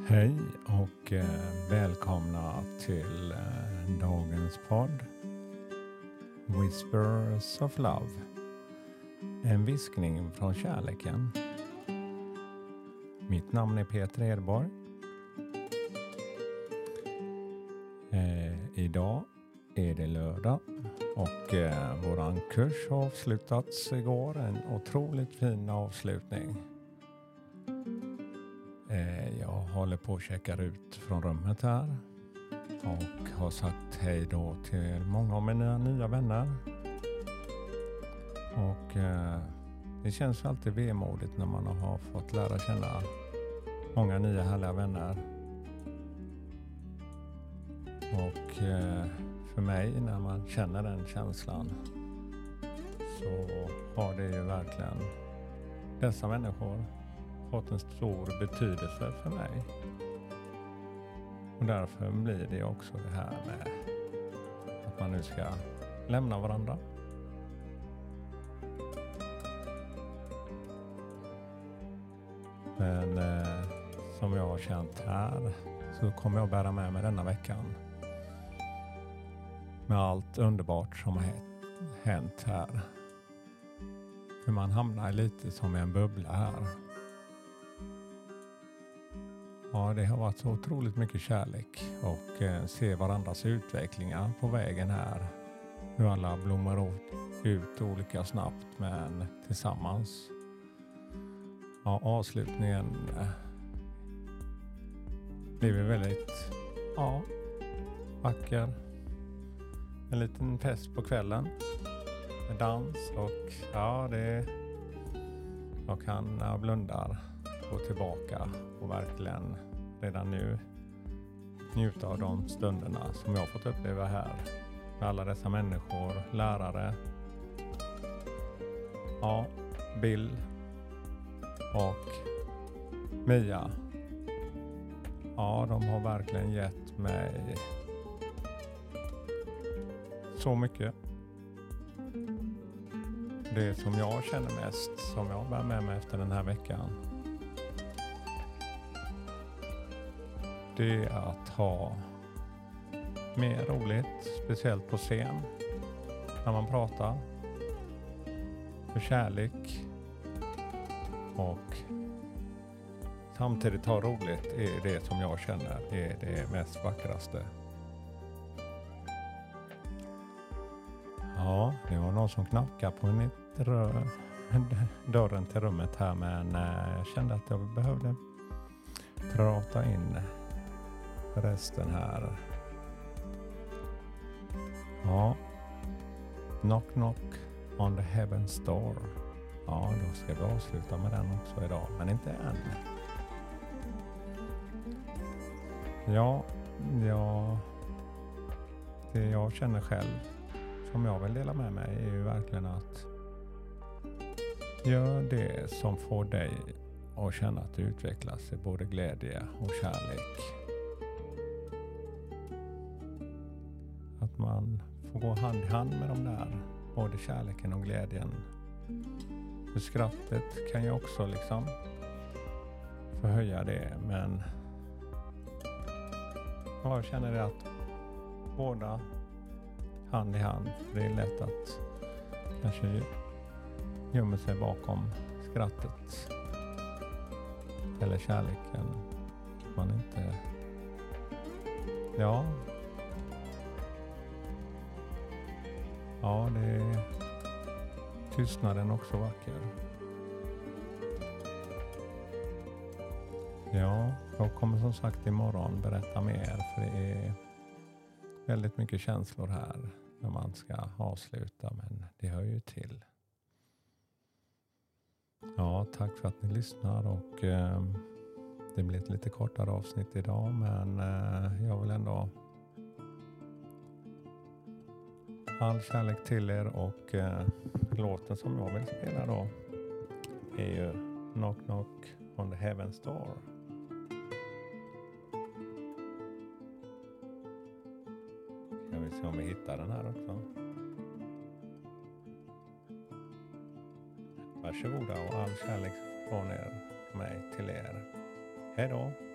Hej och välkomna till dagens podd Whispers of Love. En viskning från kärleken. Mitt namn är Peter Edborg. Idag är det lördag och våran kurs har avslutats igår. En otroligt fin avslutning. Jag håller på att checka ut från rummet här och har sagt hej då till många av mina nya vänner. Och det känns alltid vemodigt när man har fått lära känna många nya härliga vänner. Och för mig, när man känner den känslan, så har det ju verkligen dessa människor fått en stor betydelse för mig. Och därför blir det också det här med att man nu ska lämna varandra. Men som jag har känt här, så kommer jag bära med mig denna veckan. Med allt underbart som har hänt här. För man hamnar lite som i en bubbla här. Ja, det har varit så otroligt mycket kärlek och se varandras utvecklingar på vägen här. Hur alla blommar ut olika snabbt, men tillsammans. Ja, avslutningen blev väldigt vacker. En liten fest på kvällen. Med dans och jag kan när jag blundar gå tillbaka och verkligen redan nu njuta av de stunderna som jag har fått uppleva här. Med alla dessa människor, lärare, Bill och Mia. Ja, de har verkligen gett mig så mycket. Det som jag känner mest, som jag bär med mig efter den här veckan, det är att ha mer roligt, speciellt på scen, när man pratar. För kärlek och samtidigt ha roligt är det som jag känner är det mest vackraste. Ja, det var någon som knackade på dörren till rummet här, men jag kände att jag behövde prata in resten här. Ja, knock knock on the heaven's door. Ja, då ska vi avsluta med den också idag, men inte än. Det jag känner själv, som jag vill dela med mig, är ju verkligen att gör det som får dig att känna att du utvecklas i både glädje och kärlek. Att man får gå hand i hand med de där, både kärleken och glädjen. För skrattet kan ju också förhöja det, men jag känner det att båda hand i hand. Det är lätt att kanske gömma sig bakom skrattet eller kärleken. Man inte... Ja, det är tystnaden också vacker. Ja, jag kommer som sagt imorgon berätta mer, för det är väldigt mycket känslor här när man ska avsluta, men det hör ju till. Ja, tack för att ni lyssnar, och det blir ett lite kortare avsnitt idag, men jag vill ändå all kärlek till er, och låten som jag vill spela då är ju Knock Knock on the Heaven's Door. Ska vi se om vi hittar den här också. Varsågoda, och all kärlek från er, mig till er. Hej då!